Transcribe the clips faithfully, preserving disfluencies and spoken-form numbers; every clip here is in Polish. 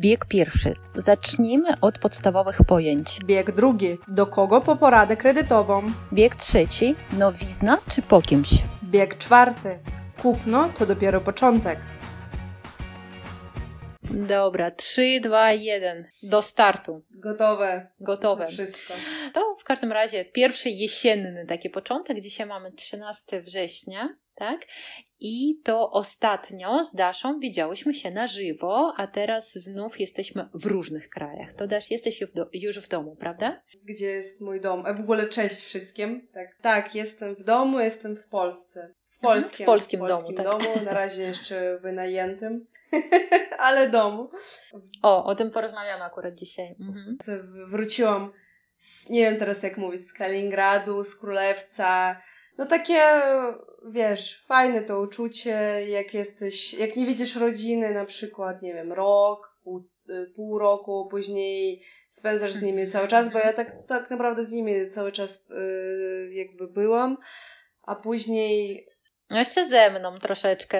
Bieg pierwszy. Zacznijmy od podstawowych pojęć. Bieg drugi. Do kogo po poradę kredytową? Bieg trzeci. Nowizna czy po kimś? Bieg czwarty. Kupno to dopiero początek. Dobra, trzy, dwa, jeden. Do startu. Gotowe. Gotowe. Wszystko. To w każdym razie pierwszy jesienny taki początek. Dzisiaj mamy trzynastego września, tak? I to ostatnio z Daszą widziałyśmy się na żywo, a teraz znów jesteśmy w różnych krajach. To Dasz, jesteś już w, do, już w domu, prawda? Gdzie jest mój dom? A w ogóle cześć wszystkim. Tak, tak, jestem w domu, jestem w Polsce. W polskim, w polskim, w polskim domu, domu, tak. na razie jeszcze wynajętym, ale domu. O, o tym porozmawiamy akurat dzisiaj. Mhm. Wróciłam, z, nie wiem teraz jak mówić, z Kaliningradu, z Królewca. No takie, wiesz, fajne to uczucie, jak jesteś, jak nie widzisz rodziny na przykład, nie wiem, rok, pół, pół roku, później spędzasz z nimi cały czas, bo ja tak, tak naprawdę z nimi cały czas yy, jakby byłam, a później... No jeszcze ze mną troszeczkę.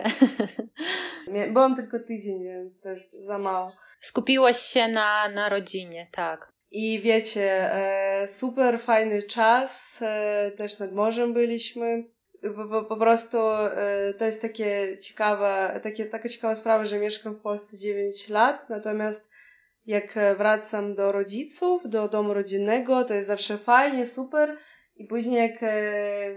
Byłam tylko tydzień, więc to jest za mało. Skupiłaś się na, na rodzinie, tak. I wiecie, e, super fajny czas, e, też nad morzem byliśmy. Po, po, po prostu e, to jest takie ciekawe, takie, taka ciekawa sprawa, że mieszkam w Polsce dziewięć lat, natomiast jak wracam do rodziców, do domu rodzinnego, to jest zawsze fajnie, super i później jak e,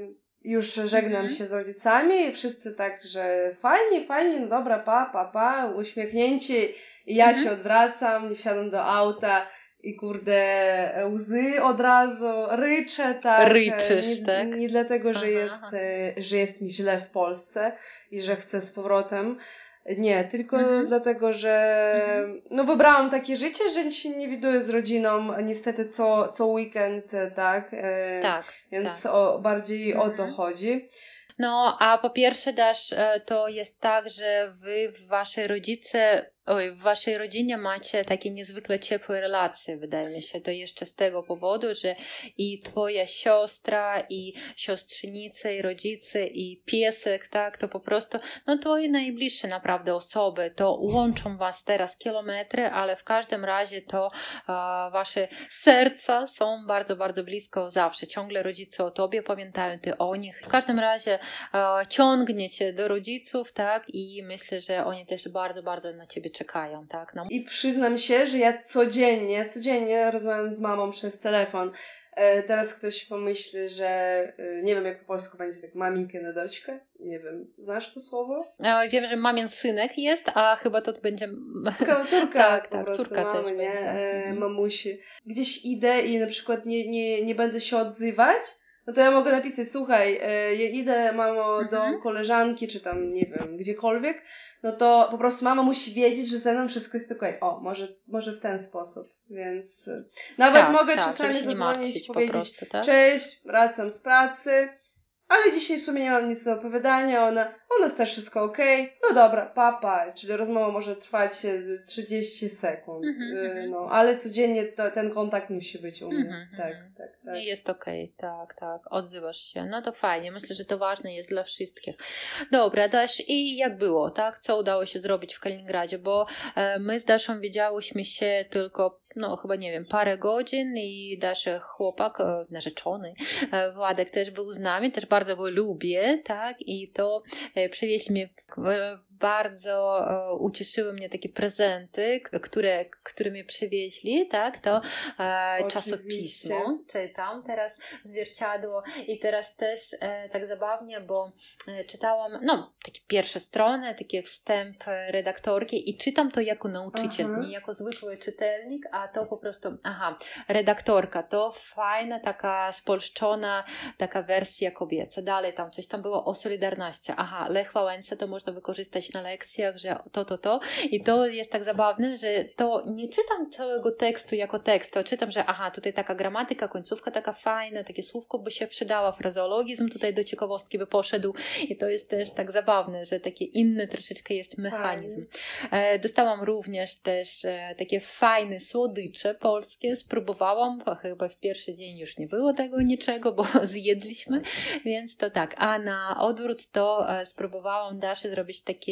już żegnam Mhm. się z rodzicami, wszyscy tak, że fajnie, fajnie, no dobra, pa, pa, pa, uśmiechnięci i ja Mhm. się odwracam, wsiadam do auta i kurde, łzy od razu, ryczę, tak. Ryczysz, nie, tak? nie dlatego, że Aha, jest, aha. że jest mi źle w Polsce i że chcę z powrotem. Nie, tylko Mhm. dlatego, że Mhm. no wybrałam takie życie, że się nie widuję z rodziną niestety co, co weekend, tak? E, Tak, Więc tak. o, bardziej o to Mhm. chodzi. No, a po pierwsze Dasz, e, to jest tak, że wy w waszej rodzice, oj, w waszej rodzinie macie takie niezwykle ciepłe relacje, wydaje mi się. To jeszcze z tego powodu, że i twoja siostra, i siostrzenica, i rodzice, i piesek, tak, to po prostu, no to i najbliższe naprawdę osoby, to łączą was teraz kilometry, ale w każdym razie to e, wasze serca są bardzo, bardzo blisko zawsze. Ciągle rodzice o tobie pamiętają, ty o nich. W każdym razie e, ciągnie cię do rodziców, tak, i myślę, że oni też bardzo, bardzo na ciebie czekają, tak. No. I przyznam się, że ja codziennie, codziennie rozmawiam z mamą przez telefon. E, teraz ktoś pomyśli, że e, nie wiem jak po polsku będzie tak maminkę na doczkę. Nie wiem, znasz to słowo? E, wiem, że mamien synek jest, a chyba to będzie... Córka, córka tak, po tak, prostu córka mamy, też nie? będzie. E, Mhm. mamusi. Gdzieś idę i na przykład nie, nie, nie będę się odzywać, no to ja mogę napisać, słuchaj, e, ja idę, mamo, do Mhm. koleżanki, czy tam, nie wiem, gdziekolwiek, no to po prostu mama musi wiedzieć, że ze mną wszystko jest okej. O, może, może w ten sposób, więc e, nawet Tak, mogę tak, czasami żeby się nie zadzwonić, martwić po powiedzieć, prostu, tak? cześć, wracam z pracy, ale dzisiaj w sumie nie mam nic do opowiadania, ona, u nas też wszystko okej, okay. No dobra, papa, czyli rozmowa może trwać trzydzieści sekund, Mhm, yy, mhm. no, ale codziennie to, ten kontakt musi być u mnie, Mhm, tak, mhm. tak, tak. I jest okej, tak, tak, odzywasz się, no to fajnie, myślę, że to ważne jest dla wszystkich. Dobra, Dasz, i jak było, tak, co udało się zrobić w Kaliningradzie, bo e, my z Daszą widziałyśmy się tylko, no chyba nie wiem, parę godzin i Dasz chłopak, e, narzeczony, e, Władek też był z nami, też bardzo go lubię, tak, i to e, przywieźli mnie e, bardzo e, ucieszyły mnie takie prezenty, k- które, które mnie przywieźli, tak, to e, czasopismo czytam, teraz zwierciadło i teraz też e, tak zabawnie, bo e, czytałam, no, takie pierwsze strony, taki wstęp redaktorki i czytam to jako nauczyciel, Aha. nie jako zwykły czytelnik, a to po prostu, aha, redaktorka, to fajna, taka spolszczona, taka wersja kobieca. Dalej tam coś tam było o Solidarności. Aha, Lech Wałęsa to można wykorzystać na lekcjach, że to, to, to. I to jest tak zabawne, że to nie czytam całego tekstu jako tekst, to czytam, że aha, tutaj taka gramatyka, końcówka taka fajna, takie słówko by się przydała, frazeologizm tutaj do ciekawostki by poszedł i to jest też tak zabawne, że taki inny troszeczkę jest mechanizm. E, dostałam również też e, takie fajne słodycze polskie, spróbowałam, bo chyba w pierwszy dzień już nie było tego niczego, bo zjedliśmy, więc to tak. A na odwrót to e, spróbowałam Daszy zrobić takie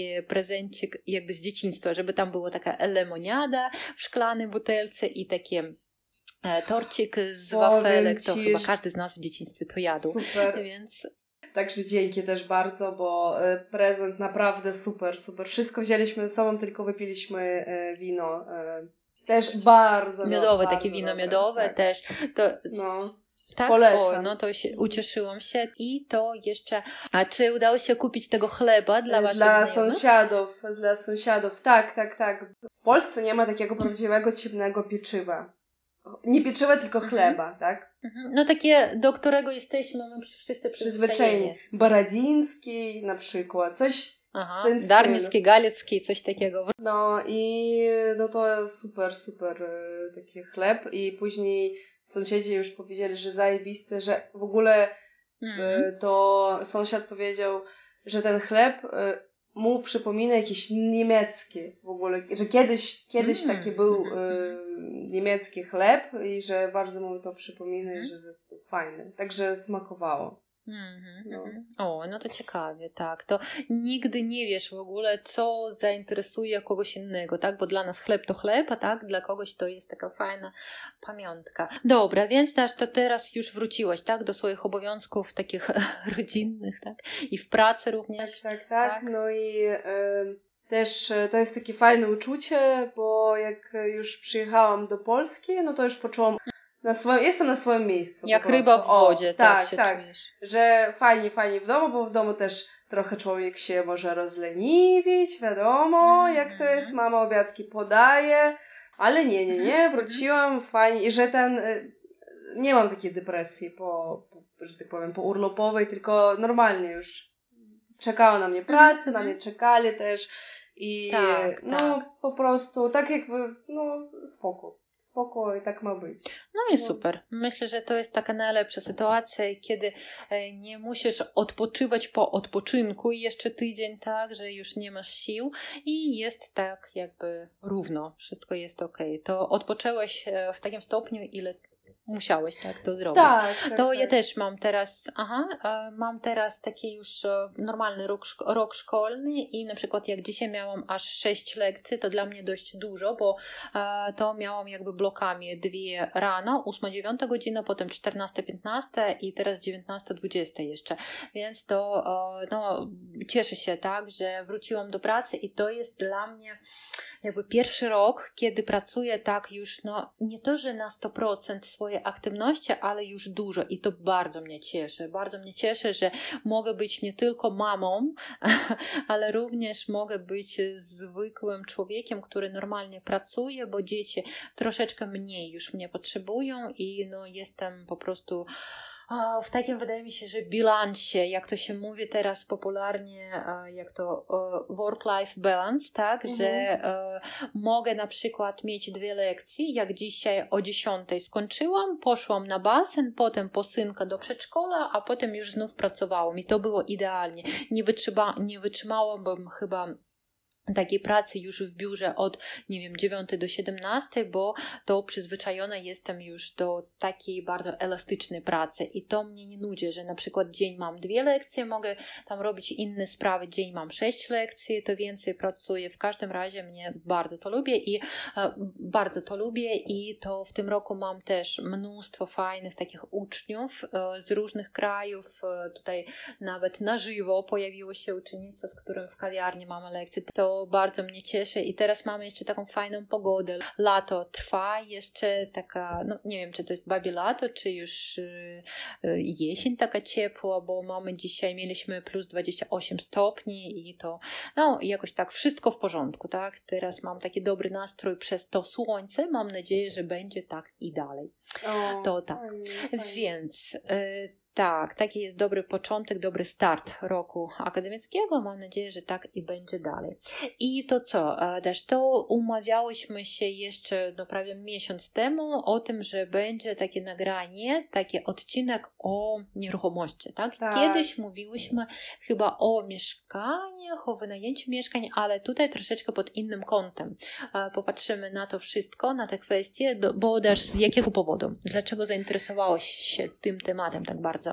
taki prezencik jakby z dzieciństwa, żeby tam było taka lemoniada w szklanej butelce i takie torcik z wafelek, to chyba każdy z nas w dzieciństwie to jadł. Super. Więc... Także dzięki też bardzo, bo prezent naprawdę super, super. Wszystko wzięliśmy ze sobą, tylko wypiliśmy wino. Też bardzo miodowe, dobre, takie wino dobre, miodowe tak. też. To... No. Tak? Polecam. O, no to się, ucieszyłam się. I to jeszcze... A czy udało się kupić tego chleba dla waszych Dla znajomych? sąsiadów, dla sąsiadów. Tak, tak, tak. W Polsce nie ma takiego prawdziwego ciemnego pieczywa. Nie pieczywa, tylko chleba, mhm. tak? Mhm. No takie, do którego jesteśmy my wszyscy przyzwyczajeni. Baradziński na przykład. Coś Aha, w tym Darnicki, Galicki, coś takiego. No i no to super, super taki chleb. I później sąsiedzi już powiedzieli, że zajebiste, że w ogóle mm. to sąsiad powiedział, że ten chleb mu przypomina jakiś niemiecki w ogóle, że kiedyś, kiedyś mm. taki był y, niemiecki chleb i że bardzo mu to przypomina mm. i że to fajne. Także smakowało. Mm-hmm, no. Mm-hmm. O, no to ciekawie, tak. To nigdy nie wiesz w ogóle, co zainteresuje kogoś innego, tak? Bo dla nas chleb to chleb, a tak? Dla kogoś to jest taka fajna pamiątka. Dobra, więc też to teraz już wróciłaś, tak? Do swoich obowiązków takich rodzinnych, tak? I w pracy również. Tak, tak, tak. tak? No i y, też to jest takie fajne uczucie, bo jak już przyjechałam do Polski, no to już poczułam Na swoim, jestem na swoim miejscu. Jak ryba w wodzie, o, tak, tak, się tak. czujesz. Że fajnie, fajnie w domu, bo w domu też trochę człowiek się może rozleniwić, wiadomo, mm-hmm. jak to jest, mama obiadki podaje, ale nie, nie, nie, wróciłam, mm-hmm. fajnie i że ten, nie mam takiej depresji po, po, że tak powiem, po urlopowej, tylko normalnie już czekała na mnie pracy, mm-hmm. na mnie czekali też i tak, no tak. po prostu tak jakby, no spoko. Spoko i tak ma być. No i super. Myślę, że to jest taka najlepsza sytuacja, kiedy nie musisz odpoczywać po odpoczynku i jeszcze tydzień, tak, że już nie masz sił i jest tak jakby równo. Wszystko jest okej. To odpoczęłeś w takim stopniu, ile musiałeś tak to zrobić. Tak, tak, to tak. ja też mam teraz, aha, mam teraz taki już normalny rok, rok szkolny i na przykład jak dzisiaj miałam aż sześć lekcji, to dla mnie dość dużo, bo to miałam jakby blokami dwie rano, ósma dziewiąta godzina, potem czternasta piętnasta i teraz dziewiętnasta dwudziesta jeszcze, więc to no, cieszę się, tak, że wróciłam do pracy i to jest dla mnie jakby pierwszy rok, kiedy pracuję tak już, no nie to, że na sto procent swojej aktywności, ale już dużo i to bardzo mnie cieszy. Bardzo mnie cieszy, że mogę być nie tylko mamą, ale również mogę być zwykłym człowiekiem, który normalnie pracuje, bo dzieci troszeczkę mniej już mnie potrzebują i no jestem po prostu w takim, wydaje mi się, że bilansie, jak to się mówi teraz popularnie, jak to work-life balance, tak, mhm. że mogę na przykład mieć dwie lekcje, jak dzisiaj o dziesiątej skończyłam, poszłam na basen, potem po synka do przedszkola, a potem już znów pracowałam i to było idealnie. Nie, wytrzyma, nie wytrzymałabym chyba takiej pracy już w biurze od, nie wiem, dziewiątej do siedemnastej, bo to przyzwyczajona jestem już do takiej bardzo elastycznej pracy i to mnie nie nudzi, że na przykład dzień mam dwie lekcje, mogę tam robić inne sprawy, dzień mam sześć lekcji, to więcej pracuję. W każdym razie mnie bardzo to lubię i e, bardzo to lubię i to w tym roku mam też mnóstwo fajnych takich uczniów e, z różnych krajów. E, tutaj nawet na żywo pojawiła się uczennica, z którą w kawiarni mamy lekcje. To bardzo mnie cieszy i teraz mamy jeszcze taką fajną pogodę. Lato trwa, jeszcze taka, no nie wiem, czy to jest babie lato, czy już y, y, jesień taka ciepła, bo mamy dzisiaj, mieliśmy plus dwadzieścia osiem stopni i to, no jakoś tak wszystko w porządku, tak? Teraz mam taki dobry nastrój przez to słońce, mam nadzieję, że będzie tak i dalej. O, to tak. Fajnie, fajnie. Więc y, tak, taki jest dobry początek, dobry start roku akademickiego. Mam nadzieję, że tak i będzie dalej. I to co, też to umawiałyśmy się jeszcze no, prawie miesiąc temu o tym, że będzie takie nagranie, taki odcinek o nieruchomości. Tak? Tak. Kiedyś mówiłyśmy chyba o mieszkaniach, o wynajęciu mieszkań, ale tutaj troszeczkę pod innym kątem. Popatrzymy na to wszystko, na te kwestie, bo też z jakiego powodu? Dlaczego zainteresowałaś się tym tematem tak bardzo?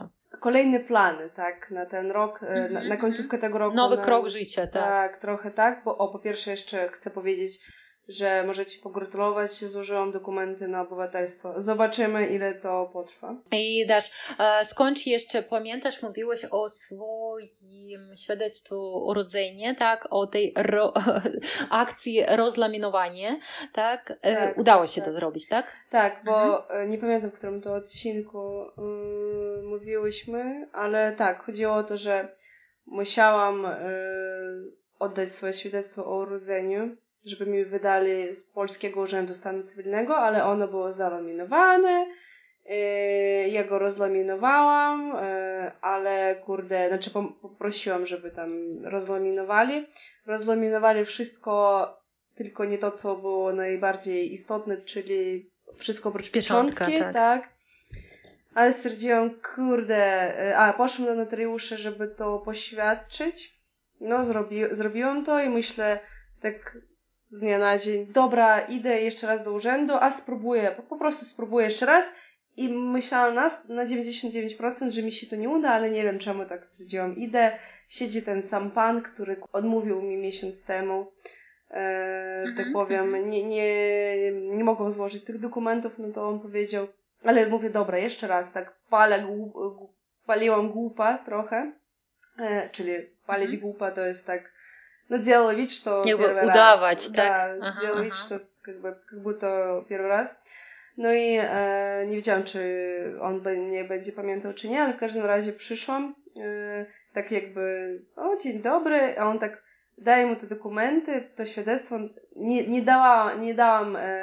kolejne plany, tak, na ten rok, mm-hmm, na, na końcówkę tego roku. Nowy na, krok życia, tak. Tak, trochę tak, bo o, po pierwsze jeszcze chcę powiedzieć, że możecie pogratulować, złożyłam dokumenty na obywatelstwo. Zobaczymy, ile to potrwa. I Dasz, skończ jeszcze, pamiętasz, mówiłeś o swoim świadectwu urodzenia, tak? O tej ro, akcji rozlaminowanie, tak? tak Udało się tak. to zrobić, tak? Tak, bo mhm. nie pamiętam, w którym to odcinku yy, mówiłyśmy, ale tak, chodziło o to, że musiałam yy, oddać swoje świadectwo o urodzeniu, żeby mi wydali z Polskiego Urzędu Stanu Cywilnego, ale ono było zalaminowane. Yy, ja go rozlaminowałam, yy, ale kurde, znaczy poprosiłam, żeby tam rozlaminowali. Rozlaminowali wszystko, tylko nie to, co było najbardziej istotne, czyli wszystko oprócz pieczątka, pieczątki, tak. tak. Ale stwierdziłam, kurde, yy, a poszłam do notariusza, żeby to poświadczyć. No, zrobi, zrobiłam to i myślę, tak z dnia na dzień, dobra, idę jeszcze raz do urzędu, a spróbuję, po, po prostu spróbuję jeszcze raz. I myślałam na, na dziewięćdziesiąt dziewięć procent, że mi się to nie uda, ale nie wiem czemu tak stwierdziłam. Idę, siedzi ten sam pan, który odmówił mi miesiąc temu, e, że tak powiem, nie, nie, nie mogą złożyć tych dokumentów, no to on powiedział, ale mówię, dobra, jeszcze raz, tak palę, głup, paliłam głupa trochę, e, czyli palić mhm. głupa to jest tak, no делала вид, что Jakby первый udawać, раз. tak? Да, делала вид, что как бы, как будто первый раз. No i e, nie wiedziałam, czy on be, nie będzie pamiętał, czy nie, ale w każdym razie przyszłam, e, tak jakby, o, dzień dobry, a on tak daje mu te dokumenty, to świadectwo, nie, nie, dała, nie dałam, e,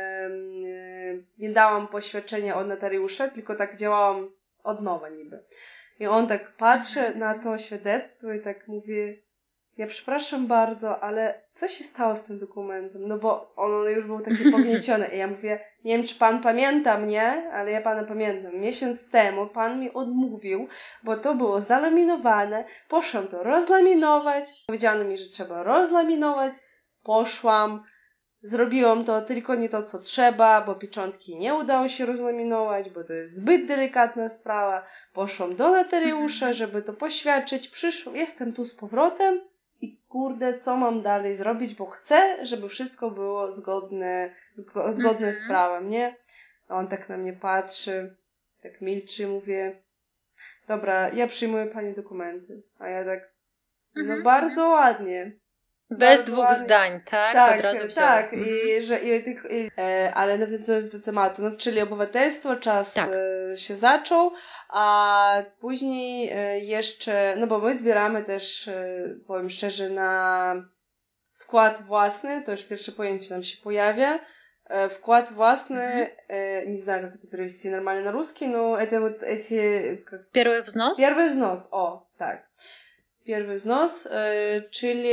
nie dałam poświadczenia od notariusza, tylko tak działałam od nowa niby. I on tak patrzy na to świadectwo i tak mówi, ja przepraszam bardzo, ale co się stało z tym dokumentem? No bo on już był taki pognieciony. I ja mówię, nie wiem, czy pan pamięta mnie, ale ja pana pamiętam. Miesiąc temu pan mi odmówił, bo to było zalaminowane. Poszłam to rozlaminować. Powiedziano mi, że trzeba rozlaminować. Poszłam, zrobiłam to, tylko nie to, co trzeba, bo pieczątki nie udało się rozlaminować, bo to jest zbyt delikatna sprawa. Poszłam do notariusza, żeby to poświadczyć. Przyszłam, jestem tu z powrotem. I kurde, co mam dalej zrobić, bo chcę, żeby wszystko było zgodne, zgo, zgodne mm-hmm. z prawem, nie? A on tak na mnie patrzy, tak milczy, mówię, dobra, ja przyjmuję pani dokumenty. A ja tak, no mm-hmm. bardzo ładnie. Bez bardzo dwóch ładnie. zdań, tak? Tak, Od razu tak. mm-hmm. I, że, i, i, e, ale nawiązując do tematu, no, czyli obywatelstwo, czas tak. e, się zaczął, a później e, jeszcze, no bo my zbieramy też, e, powiem szczerze, na wkład własny, to już pierwsze pojęcie nam się pojawia, e, wkład własny, mm-hmm. e, не знаю, как это перевести нормально на русский, но это вот эти... Как... Первый взнос? Первый wznos, o, tak. Pierwszy wznos, e, czyli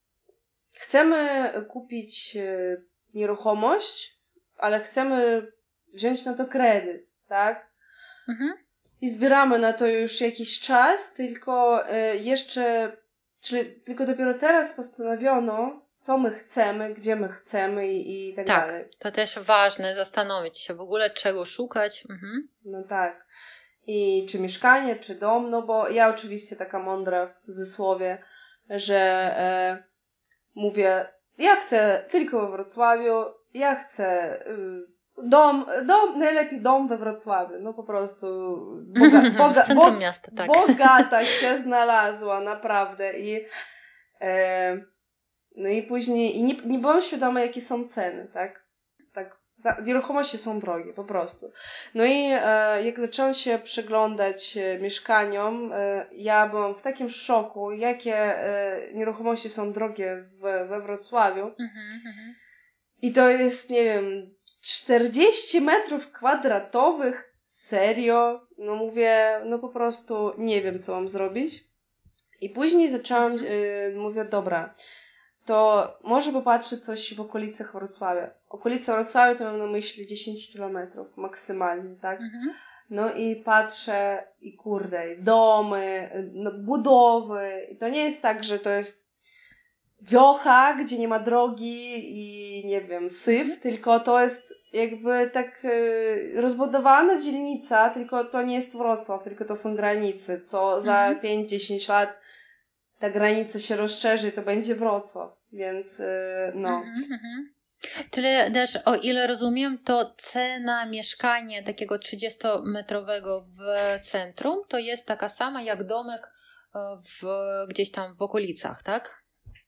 chcemy kupić nieruchomość, ale chcemy wziąć na to kredyt, tak? Mhm. I zbieramy na to już jakiś czas, tylko jeszcze, czyli tylko dopiero teraz postanowiono, co my chcemy, gdzie my chcemy i, i tak, tak dalej. To też ważne, zastanowić się w ogóle, czego szukać. Mhm. No tak. I czy mieszkanie, czy dom, no bo ja oczywiście taka mądra w cudzysłowie, że e, mówię, ja chcę tylko we Wrocławiu, ja chcę y, dom, dom, najlepiej dom we Wrocławiu, no po prostu boga, boga, bo, miasta, tak. bogata się znalazła, naprawdę i e, no i później i nie, nie byłam świadoma, jakie są ceny, tak, tak, nieruchomości są drogie, po prostu. No i e, jak zaczęłam się przyglądać e, mieszkaniom, e, ja byłam w takim szoku, jakie e, nieruchomości są drogie w, we Wrocławiu. Mm-hmm. I to jest, nie wiem, czterdzieści metrów kwadratowych, serio. No mówię, no po prostu nie wiem, co mam zrobić. I później zaczęłam, mm-hmm. e, mówię, dobra, to może popatrzy coś w okolicach Wrocławia. Okolice Wrocławia to mam na myśli dziesięć kilometrów maksymalnie, tak? Mhm. No i patrzę i kurde, domy, no, budowy. I to nie jest tak, że to jest wiocha, gdzie nie ma drogi i nie wiem, syf, mhm. tylko to jest jakby tak y, rozbudowana dzielnica, tylko to nie jest Wrocław, tylko to są granice, co za Mhm. pięć dziesięć lat ta granica się rozszerzy i to będzie Wrocław, więc y, no. Mhm, mhm. Czyli też, o ile rozumiem, to cena mieszkania takiego trzydziestometrowego w centrum to jest taka sama jak domek e, w, gdzieś tam w okolicach, tak?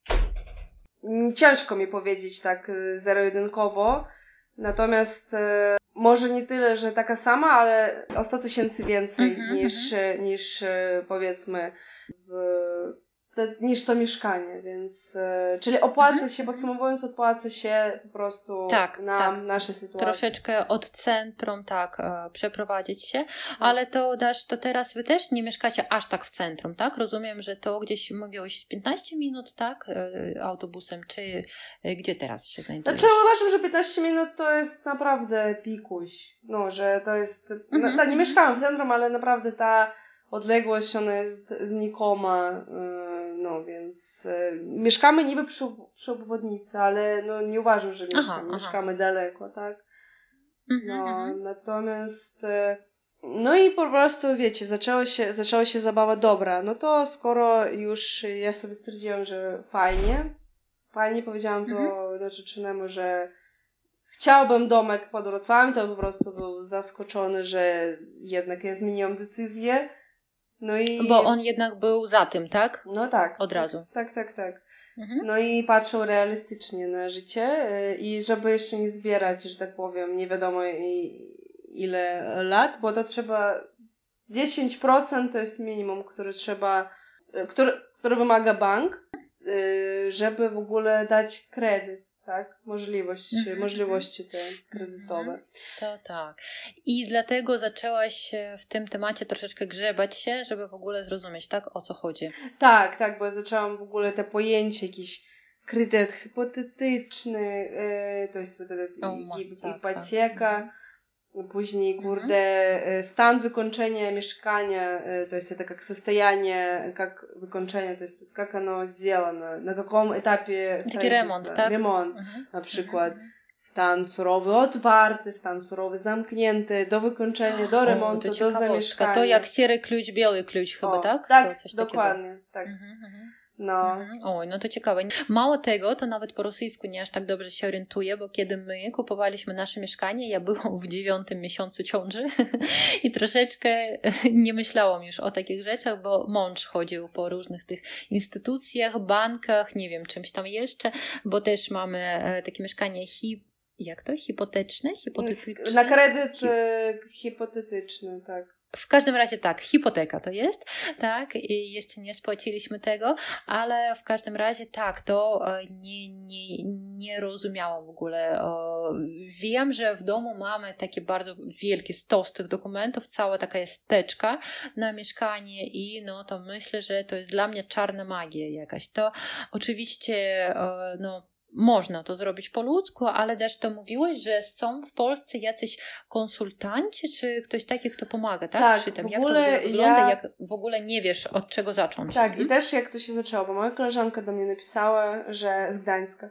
Mm, Ciężko mi powiedzieć tak y, zero-jedynkowo, natomiast y, może nie tyle, że taka sama, ale o sto tysięcy więcej Mhm, niż, mhm. y, niż y, powiedzmy w, te, niż to mieszkanie, więc y, czyli opłaca Mhm, się, mhm. podsumowując, opłaca się po prostu Tak, nam, tak. nasze sytuacje. Troszeczkę od centrum, tak, e, przeprowadzić się, Tak. ale to też, to teraz wy też nie mieszkacie aż tak w centrum, tak? Rozumiem, że to gdzieś mówiłeś piętnaście minut, tak? E, Autobusem, czy e, gdzie teraz się znajdujesz? Znaczy uważam, że piętnaście minut to jest naprawdę pikuś. No, że to jest... No, Mhm, ta, nie mhm. mieszkałam w centrum, ale naprawdę ta odległość, ona jest znikoma. Yy, no, więc yy, mieszkamy niby przy, przy obwodnicy, ale no nie uważam, że mieszkam, Aha, aha. mieszkamy daleko, tak? Mhm, No, mhm. natomiast... Yy, no i po prostu, wiecie, zaczęło się, zaczęła się zabawa dobra. No to skoro już ja sobie stwierdziłam, że fajnie, fajnie powiedziałam Mhm. to narzeczonemu, że chciałbym domek pod Wrocławiem, to on po prostu był zaskoczony, że jednak ja zmieniłam decyzję. No i... Bo on jednak był za tym, tak? No tak. Od tak, razu. Tak, tak, tak. Mhm. No i patrzył realistycznie na życie y, i żeby jeszcze nie zbierać, że tak powiem, nie wiadomo i- ile lat, bo to trzeba dziesięć procent to jest minimum, które trzeba, y, który, który wymaga bank, y, żeby w ogóle dać kredyt, tak? Możliwość, Mhm, możliwości te mhm. kredytowe. To tak. I dlatego zaczęłaś e, w tym temacie troszeczkę grzebać się, żeby w ogóle zrozumieć, tak, o co chodzi. Tak, tak, bo ja zaczęłam w ogóle te pojęcie, jakiś kredyt hipotetyczny, y, to jest wtedy O, i- i- masakra. hipoteka, później, Mhm. kurde, y, stan wykończenia mieszkania, y, то есть это как состояние, как wykończenie, to jest как оно сделано, на каком этапе Taki строительства, remont, tak? ремонт, Mhm. na przykład. Mhm. Stan surowy otwarty, stan surowy zamknięty, do wykończenia, do O, to remontu, do ciekawostka. zamieszkania. To jak siery klucz, biały klucz chyba, O, tak? tak, To coś dokładnie, takiego. tak. Mhm, mhm. No. Mhm. Oj, no to ciekawe. Mało tego, to nawet po rosyjsku nie aż tak dobrze się orientuję, bo kiedy my kupowaliśmy nasze mieszkanie, ja byłam w dziewiątym miesiącu ciąży i troszeczkę nie myślałam już o takich rzeczach, bo mąż chodził po różnych tych instytucjach, bankach, nie wiem, czymś tam jeszcze, bo też mamy e, takie mieszkanie hip, jak to? Hipoteczne? Hipotetyczne? Na kredyt Hi- y, hipotetyczny, tak. W każdym razie tak, hipoteka to jest, tak, i jeszcze nie spłaciliśmy tego, ale w każdym razie tak, to e, nie, nie, nie rozumiałam w ogóle. E, Wiem, że w domu mamy takie bardzo wielkie stos tych dokumentów, cała taka jest teczka na mieszkanie i no to myślę, że to jest dla mnie czarna magia jakaś. To oczywiście e, no można to zrobić po ludzku, ale też to mówiłeś, że są w Polsce jacyś konsultanci, czy ktoś taki, kto pomaga, tak? Tak, Przy tym. w Jak to w ogóle ogóle wygląda, ja... jak w ogóle nie wiesz, od czego zacząć. Tak, Mhm. i też jak to się zaczęło, bo moja koleżanka do mnie napisała, że z Gdańska,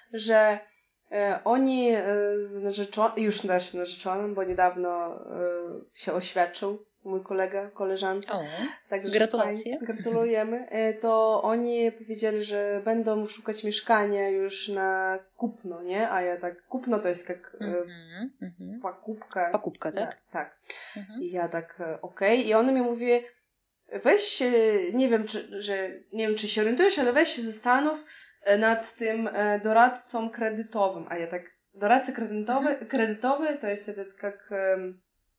że e, oni e, z narzeczonym, już też narzeczonym, bo niedawno e, się oświadczył mój kolega, koleżance, O, także gratulacje. fajnie, gratulujemy, e, to oni powiedzieli, że będą szukać mieszkania już na kupno, nie? A ja tak, kupno to jest jak e, Mhm, mhm. pakupka. Pakupka, tak? Tak, tak. Mhm. I ja tak, e, okej. I on mi mówi, weź, e, nie wiem, czy, że, nie wiem, czy się orientujesz, ale weź się zastanów e, nad tym e, doradcą kredytowym. A ja tak, doradca kredytowy, Mhm. kredytowy to jest этот, как, em,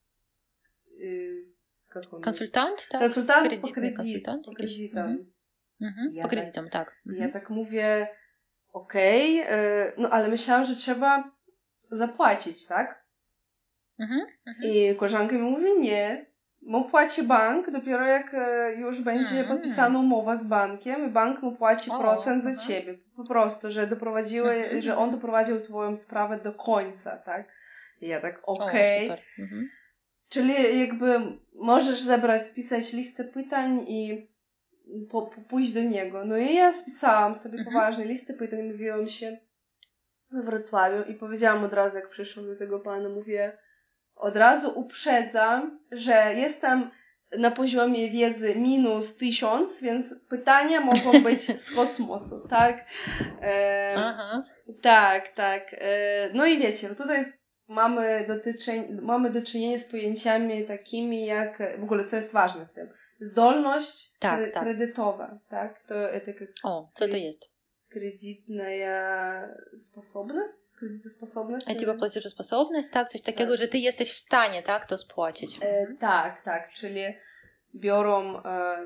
y, как он? Konsultant, tak? Konsultant po Kredytny kredyt, konsultant po jakiś? kredytom. Mhm. Mhm. Ja Po tak, kredytom, tak. ja Mhm. tak mówię, okej, e, no ale myślałam, że trzeba zapłacić, tak? Mhm. Mhm. I koleżanka mi mówi, nie, mu płaci bank dopiero jak e, już będzie Mm. podpisana umowa z bankiem i bank mu płaci O, procent za aha. ciebie. Po prostu, że doprowadziły, Mhm, że on mhm. doprowadził twoją sprawę do końca, tak? I ja tak, O, okej. super. Mhm. Czyli jakby możesz zebrać, spisać listę pytań i po, po, pójść do niego. No i ja spisałam sobie Mhm. poważnie listę pytań, mówiłam się, we Wrocławiu i powiedziałam od razu, jak przyszłam do tego pana, mówię, od razu uprzedzam, że jestem na poziomie wiedzy minus tysiąc, więc pytania mogą być z kosmosu, tak? E, Aha. Tak, tak. E, no i wiecie, no tutaj mamy, dotyczeń, mamy do czynienia z pojęciami takimi jak, w ogóle co jest ważne w tym, zdolność tak, kre, tak. kredytowa, tak? To это как... O, co to jest? Kredytная sposobność? Kredytospособność? A типа платежеспособность, tak? Coś takiego, tak. że ty jesteś w stanie, tak, to spłacić. E, Mhm. tak, tak, czyli biorą, e,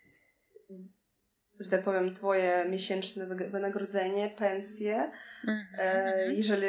że tak powiem, twoje miesięczne wynagrodzenie, pensję, Mhm, e, mhm. jeżeli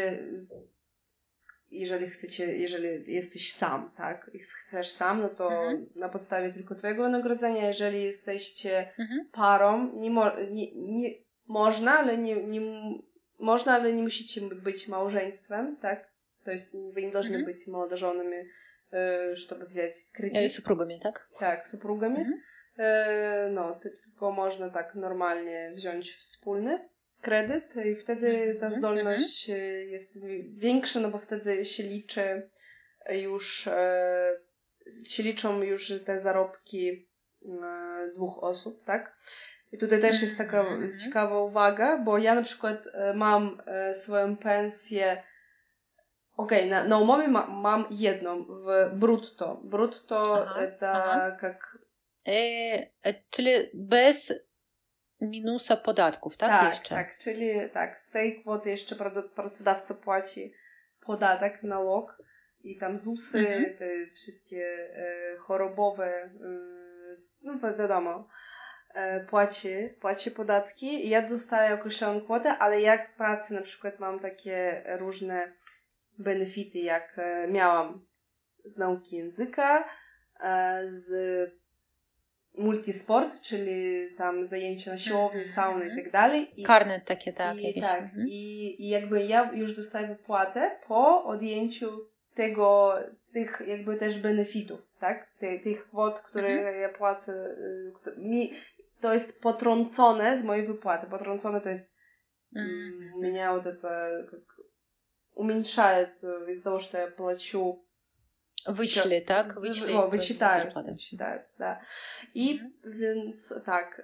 jeżeli chcecie, jeżeli jesteś sam, tak? I chcesz sam, no to Mhm. na podstawie tylko twojego wynagrodzenia. Jeżeli jesteście Mhm. parą, nie, mo, nie, nie można, ale nie, nie można, ale nie musicie być małżeństwem, tak? To jest wy nie должны Mhm. быть молодоженами, чтобы взять кредит. Супругами, tak? Tak, супругами. Mhm. No, tylko można tak normalnie wziąć wspólny kredyt i wtedy ta zdolność mm-hmm. jest większa, no bo wtedy się liczy już, e, się liczą już te zarobki e, dwóch osób, tak? I tutaj też jest taka mm-hmm. ciekawa uwaga, bo ja na przykład e, mam e, swoją pensję, okej, okay, na, na umowie ma, mam jedną w brutto. Brutto aha, это aha. как... E, czyli bez minusa podatków, tak? Tak, jeszcze? tak, czyli tak, z tej kwoty jeszcze pracodawca płaci podatek, nalog i tam ZUSy, mhm. te wszystkie e, chorobowe, e, no wiadomo, e, płaci, płaci podatki i ja dostaję określoną kwotę, ale jak w pracy na przykład mam takie różne benefity, jak e, miałam z nauki języka, e, z multisport, czyli tam zajęcia na siłowni, mm-hmm. sauny i tak dalej. Karnet takie, tak. I, jakieś. tak Mm-hmm. i, I jakby ja już dostaję wypłatę po odjęciu tego, tych jakby też benefitów, tak? Ty, tych kwot, które mm-hmm. ja płacę, które, mi, to jest potrącone z mojej wypłaty. Potrącone to jest mm-hmm. меня вот это как уменьшает из того, что я плачу. Wyczli, tak? Wyczli o, wyczitają, wyczitają, tak. I mhm. więc tak.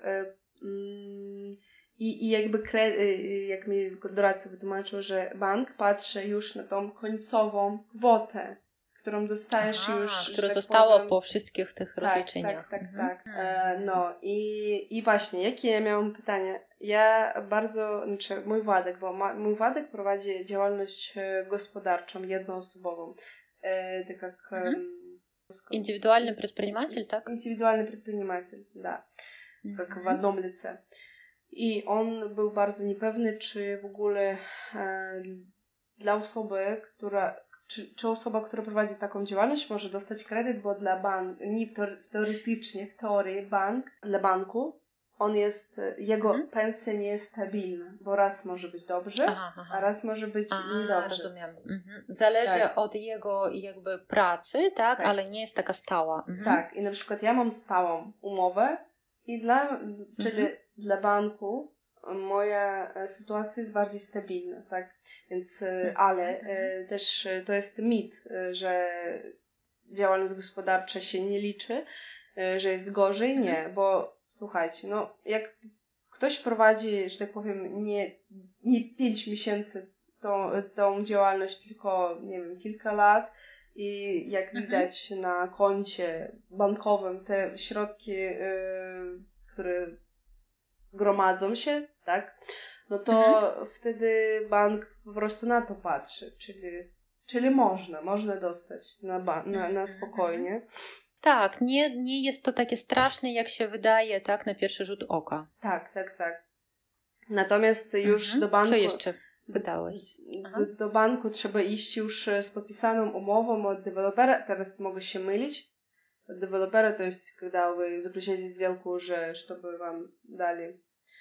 I, i jakby kre, jak mi doradca wytłumaczył, że bank patrzy już na tą końcową kwotę, którą dostajesz Aha, już. która tak została powiem, po wszystkich tych tak, rozliczeniach. Tak, tak, mhm. tak. E, no i, i właśnie, jakie ja miałam pytania? Ja bardzo, znaczy mój Władek, bo ma, mój Władek prowadzi działalność gospodarczą, jednoosobową. Это как... Mhm. Индивидуальный предприниматель, так? Индивидуальный предприниматель, да. Mm-hmm. Как w одном lice. I on był bardzo niepewny, czy w ogóle e, dla osoby, która, czy, czy osoba, która prowadzi taką działalność może dostać kredyt, bo dla banku, nie teoretycznie, w teorii bank, dla banku, on jest, jego mhm. pensja nie jest stabilna, bo raz może być dobrze, aha, aha. a raz może być aha, niedobrze. Rozumiem. Mhm. Zależy tak. od jego jakby pracy, tak? tak, ale nie jest taka stała. Mhm. Tak, i na przykład ja mam stałą umowę i dla, czyli mhm. dla banku moja sytuacja jest bardziej stabilna, tak? Więc, mhm. ale mhm. też to jest mit, że działalność gospodarcza się nie liczy, że jest gorzej, mhm. nie, bo słuchajcie, no jak ktoś prowadzi, że tak powiem, nie, nie pięć miesięcy tą, tą działalność, tylko, nie wiem, kilka lat i jak mhm. widać na koncie bankowym te środki, yy, które gromadzą się, tak, no to mhm. wtedy bank po prostu na to patrzy, czyli, czyli można, można dostać na, ba- na, na spokojnie. Mhm. Tak, nie, nie jest to takie straszne, jak się wydaje, tak, na pierwszy rzut oka. Tak, tak, tak. Natomiast już mhm. do banku... Co jeszcze pytałeś? Do, do banku trzeba iść już z podpisaną umową od dewelopera. Teraz mogę się mylić. Od dewelopera to jest, когда вы заключаете сделку уже, чтобы вам дали,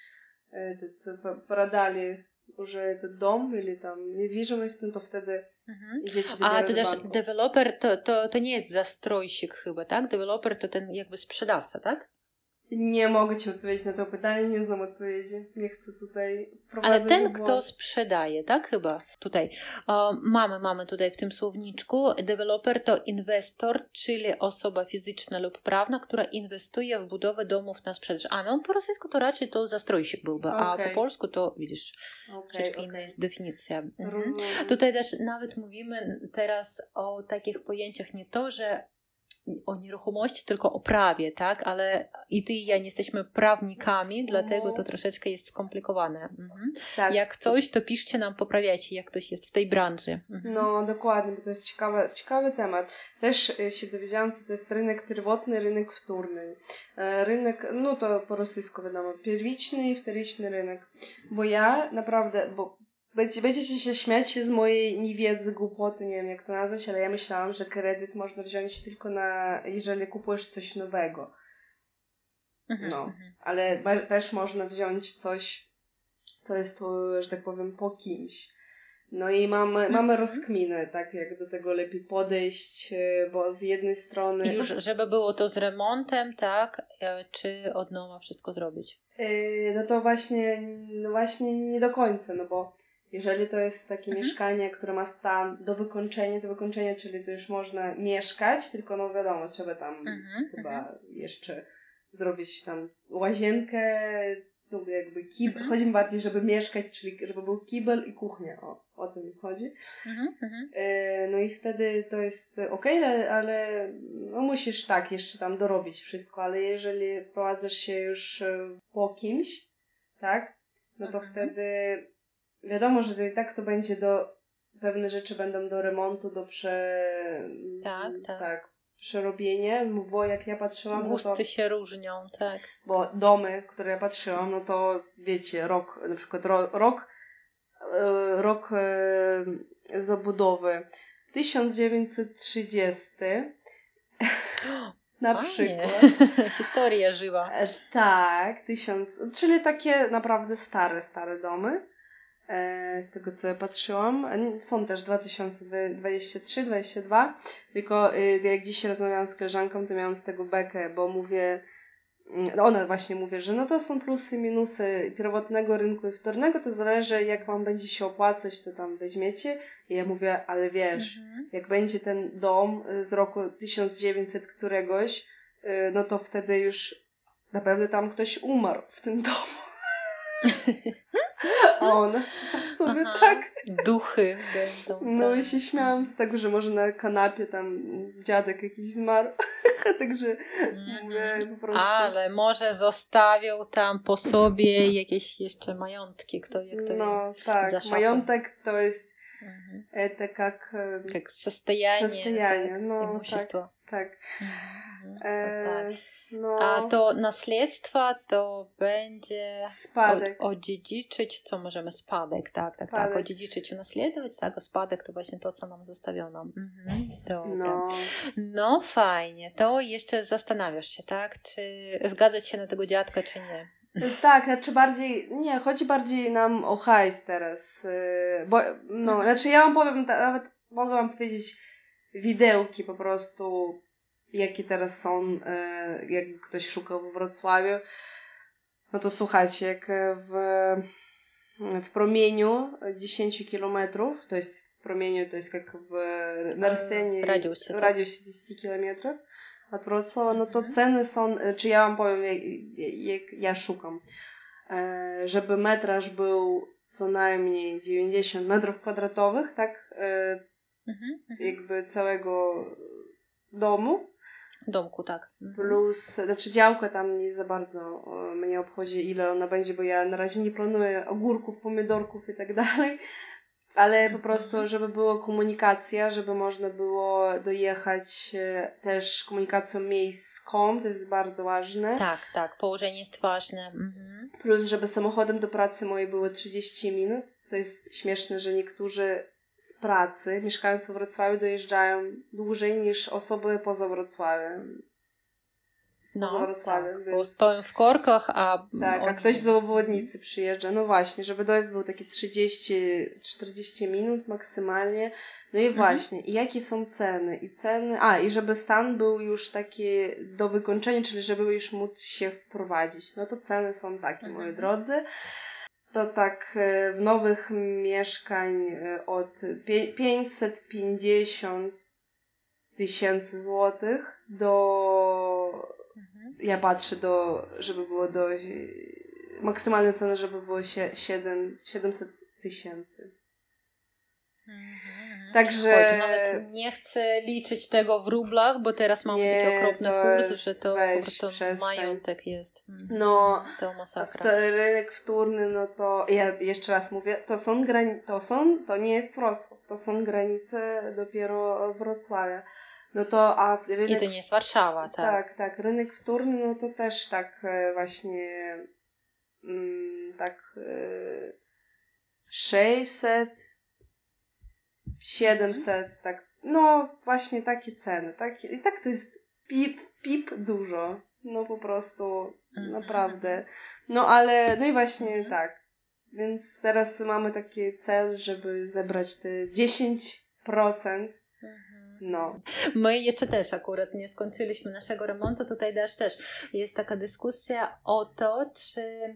этот, продали уже этот дом или там недвижимость, no to wtedy mhm. idziecie dopiero A, to do też banku. deweloper to, to, to nie jest zastrojщик chyba, tak? Deweloper to ten jakby sprzedawca, tak? Nie mogę Ci odpowiedzieć na to pytanie, nie znam odpowiedzi. Nie chcę tutaj Ale wprowadzać ten, w błąd. kto sprzedaje, tak chyba tutaj. O, mamy, mamy tutaj w tym słowniczku. Deweloper to inwestor, czyli osoba fizyczna lub prawna, która inwestuje w budowę domów na sprzedaż. A no po rosyjsku to raczej to zastrojщик byłby, a Okej. po polsku to widzisz, Okej, troszeczkę inna okej. jest definicja. Mhm. Rozumiem. Tutaj też nawet mówimy teraz o takich pojęciach nie to, że o nieruchomości, tylko o prawie, tak? Ale i ty i ja nie jesteśmy prawnikami, dlatego to troszeczkę jest skomplikowane. Mhm. Tak. Jak coś, to piszcie nam, poprawiajcie, jak ktoś jest w tej branży. Mhm. No, dokładnie, bo to jest ciekawy, ciekawy temat. Też y, się dowiedziałam, co to jest rynek pierwotny, rynek wtórny. E, rynek, no to po rosyjsku wiadomo, pierwotny i wtoryczny rynek. Bo ja naprawdę, bo będzie, będziecie się śmiać z mojej niewiedzy, głupoty, nie wiem jak to nazwać, ale ja myślałam, że kredyt można wziąć tylko na, jeżeli kupujesz coś nowego. Mhm. No, Mhm. ale ba- też można wziąć coś, co jest, to, że tak powiem, po kimś. No i mamy, Mhm. mamy rozkminę, tak, jak do tego lepiej podejść, e, bo z jednej strony... Już, żeby było to z remontem, tak? E, Czy od nowa wszystko zrobić? Yy, no to właśnie, no właśnie nie do końca, no bo jeżeli to jest takie Mhm. mieszkanie, które ma stan do wykończenia, do wykończenia, czyli to już można mieszkać, tylko no wiadomo, trzeba tam Mhm. chyba Mhm. jeszcze zrobić tam łazienkę, no jakby kibel. Mhm. Chodzi mi bardziej, żeby mieszkać, czyli żeby był kibel i kuchnia, o, o tym mi chodzi. Mhm. Mhm. E, No i wtedy to jest okej, ale, ale no musisz tak jeszcze tam dorobić wszystko, ale jeżeli wprowadzasz się już e, po kimś, tak, no to Mhm. wtedy wiadomo, że i tak to będzie do, pewne rzeczy będą do remontu, do prze, Tak, tak. tak, przerobienia, bo jak ja patrzyłam, no to, Gusty się różnią, tak. bo domy, które ja patrzyłam, no to wiecie, rok, na przykład ro, rok e, rok e, zabudowy tysiąc dziewięćset trzydziesty na Fajnie. przykład. Historia żywa. E, tak, tysiąc, czyli takie naprawdę stare, stare domy. E, z tego co ja patrzyłam. E, Są też dwa tysiące dwudziesty trzeci dwudziesty drugi, tylko e, jak dzisiaj rozmawiałam z koleżanką, to miałam z tego bekę, bo mówię, mm, ona właśnie mówi, że no to są plusy, minusy pierwotnego rynku i wtórnego, to zależy jak wam będzie się opłacać, to tam weźmiecie. I ja mówię, ale wiesz, Mhm. jak będzie ten dom z roku tysiąc dziewięćset któregoś, y, no to wtedy już na pewno tam ktoś umarł w tym domu. A ona w sumie Aha, tak. duchy będą. No tak. i się śmiałam z tego, że może na kanapie tam dziadek jakiś zmarł. Także mówię Mhm. po prostu. Ale może zostawił tam po sobie jakieś jeszcze majątki, kto wie, kto wie. No За tak, szafą. majątek to jest Mhm. это как э, Jak состояние, состояние, tak, no imущество. tak, tak. Mhm. E, To tak. no, A to nasledztwa to będzie spadek. o, odziedziczyć, co możemy? Spadek, tak, tak, tak. Spadek. Odziedziczyć, unaśladować, tak, a spadek to właśnie to, co nam zostawiono. Mhm. Dobra. No, No fajnie, to jeszcze zastanawiasz się, tak? Czy zgadzać się na tego dziadka, czy nie? tak, znaczy bardziej, nie, chodzi bardziej nam o hajs teraz, y, bo, no, Mhm. znaczy ja wam powiem, ta- nawet mogę wam powiedzieć widełki po prostu, jakie teraz są, y, jakby ktoś szukał w Wrocławiu, no to słuchajcie, jak w, w promieniu dziesięć kilometrów, to jest w promieniu, to jest jak w, na расстоянии, W radiusie, w tak? radiusie dziesięć kilometrów od Wrocława, no to Mhm. ceny są, czy ja wam powiem, jak, jak ja szukam, e, żeby metraż był co najmniej dziewięćdziesiąt metrów kwadratowych, tak, e, Mhm. Mhm. jakby całego domu, Domku, tak. Mhm. plus, znaczy działka tam nie za bardzo e, mnie obchodzi, ile ona będzie, bo ja na razie nie planuję ogórków, pomidorków i tak dalej, ale po Mhm. prostu, żeby była komunikacja, żeby można było dojechać e, też komunikacją miejską, to jest bardzo ważne. Tak, tak, położenie jest ważne. Mhm. Plus, żeby samochodem do pracy mojej było trzydzieści minut. To jest śmieszne, że niektórzy z pracy, mieszkając w Wrocławiu, dojeżdżają dłużej niż osoby poza Wrocławiem. no, poza Wrocławiem. Tak, więc... bo stoją w korkach, a Tak, oni... a ktoś z obwodnicy przyjeżdża. No właśnie, żeby dojazd był taki trzydzieści czterdzieści minut maksymalnie. No i właśnie, mhm. i jakie są ceny? I ceny, a i żeby stan był już taki do wykończenia, czyli żeby już móc się wprowadzić. No to ceny są takie, mhm. moi drodzy. To tak w nowych mieszkań od pięćset pięćdziesiąt tysięcy złotych do... Mhm. Ja patrzę do, żeby było do... Maksymalna cena, żeby było siedem, siedemset tysięcy. Mhm. Także... Oj, to nawet nie chcę liczyć tego w rublach, bo teraz mamy nie, taki okropny kurs, jest, że to weź, po prostu przestań. majątek jest. Mhm. No, to masakra. To rynek wtórny, no to ja jeszcze raz mówię, to są grani- to są, to nie jest Wrocław, to są granice dopiero Wrocławia. No to, a rynek... I to nie jest Warszawa, tak? Tak, tak, rynek wtórny, no to też tak właśnie mm, tak sześćset, siedemset, mhm. tak, no właśnie takie ceny, tak, i tak to jest pip, pip dużo, no po prostu, mhm. naprawdę, no ale, no i właśnie mhm. tak, więc teraz mamy taki cel, żeby zebrać te dziesięć procent, mhm. no. My jeszcze też akurat nie skończyliśmy naszego remontu, tutaj też, też jest taka dyskusja o to, czy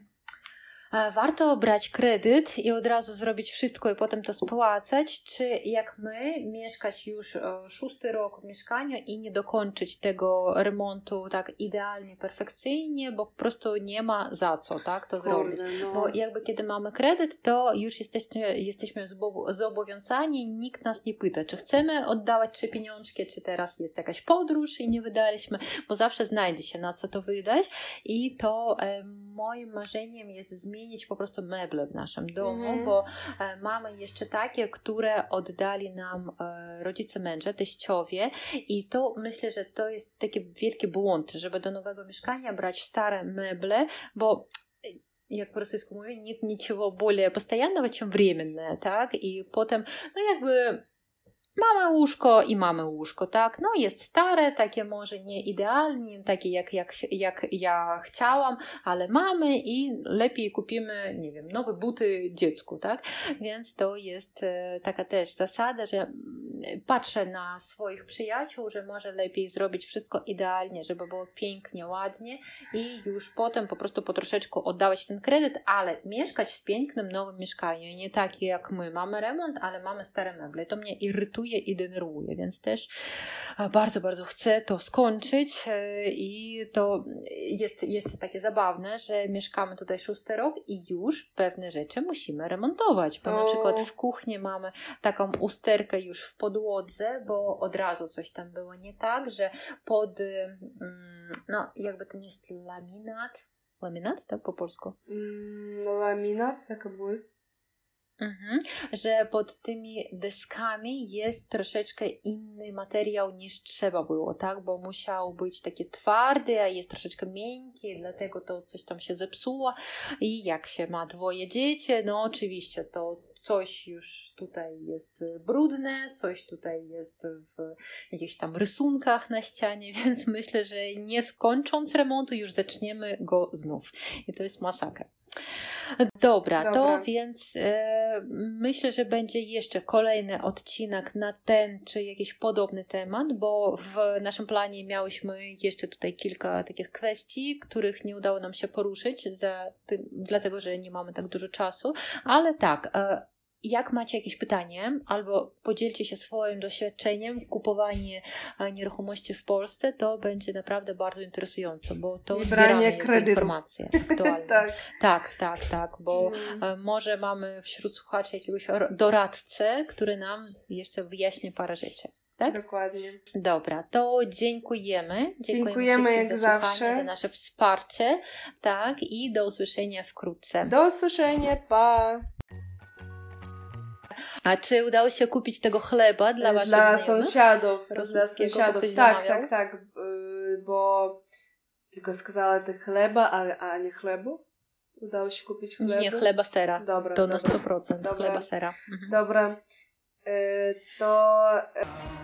warto brać kredyt i od razu zrobić wszystko i potem to spłacać, czy jak my mieszkać już szósty rok w mieszkaniu i nie dokończyć tego remontu tak idealnie, perfekcyjnie, bo po prostu nie ma za co, tak, to Kurde, zrobić. No. Bo jakby kiedy mamy kredyt, to już jesteśmy, jesteśmy zobowiązani, nikt nas nie pyta, czy chcemy oddawać czy pieniążki, czy teraz jest jakaś podróż i nie wydaliśmy, bo zawsze znajdzie się na co to wydać i to e, moim marzeniem jest zmienić zmienić po prostu meble w naszym domu, mm. bo e, mamy jeszcze takie, które oddali nam e, rodzice męża, teściowie i to myślę, że to jest taki wielki błąd, żeby do nowego mieszkania brać stare meble, bo jak po rosyjsku mówię, нет ничего более постоянного, чем временное, tak? I potem, no jakby mamy łóżko i mamy łóżko, tak? No jest stare, takie może nie idealnie, takie jak, jak, jak ja chciałam, ale mamy i lepiej kupimy, nie wiem, nowe buty dziecku, tak? Więc to jest e, taka też zasada, że patrzę na swoich przyjaciół, że może lepiej zrobić wszystko idealnie, żeby było pięknie, ładnie i już potem po prostu po troszeczku oddawać ten kredyt, ale mieszkać w pięknym, nowym mieszkaniu. I nie takie jak my. Mamy remont, ale mamy stare meble. To mnie irytuje i denerwuje, więc też bardzo, bardzo chcę to skończyć i to jest, jest takie zabawne, że mieszkamy tutaj szósty rok i już pewne rzeczy musimy remontować, bo na przykład w kuchni mamy taką usterkę już w podłodze, bo od razu coś tam było nie tak, że pod, no jakby to nie jest laminat, laminat, tak po polsku? No laminat, tak były. Mhm. Że pod tymi deskami jest troszeczkę inny materiał niż trzeba było, tak? Bo musiał być taki twardy, a jest troszeczkę miękki, dlatego to coś tam się zepsuło i jak się ma dwoje dzieci, no oczywiście to coś już tutaj jest brudne, coś tutaj jest w jakichś tam rysunkach na ścianie, więc myślę, że nie skończąc remontu już zaczniemy go znów i to jest masakra. Dobra, Dobra. to więc e, myślę, że będzie jeszcze kolejny odcinek na ten czy jakiś podobny temat, bo w naszym planie miałyśmy jeszcze tutaj kilka takich kwestii, których nie udało nam się poruszyć, za tym, dlatego że nie mamy tak dużo czasu, ale tak, e, jak macie jakieś pytanie albo podzielcie się swoim doświadczeniem w kupowaniu nieruchomości w Polsce, to będzie naprawdę bardzo interesujące, bo to I zbieramy informacje aktualne. tak. tak, tak, tak, bo mm. może mamy wśród słuchaczy jakiegoś doradcę, który nam jeszcze wyjaśni parę rzeczy. Tak? Dokładnie. Dobra, to dziękujemy. Dziękujemy, dziękujemy jak za zawsze. słuchanie, za nasze wsparcie. Tak, i do usłyszenia wkrótce. Do usłyszenia, pa! A czy udało się kupić tego chleba dla waszych Dla znajomych? Sąsiadów, dla sąsiadów. tak, zamawiał? tak, tak, bo tylko сказала ty chleba, ale a nie chlebu? Udało się kupić chlebu? Nie, chleba sera. Dobra, to dobra. na sto procent Dobra. chleba sera. Mhm. Dobra, y, to...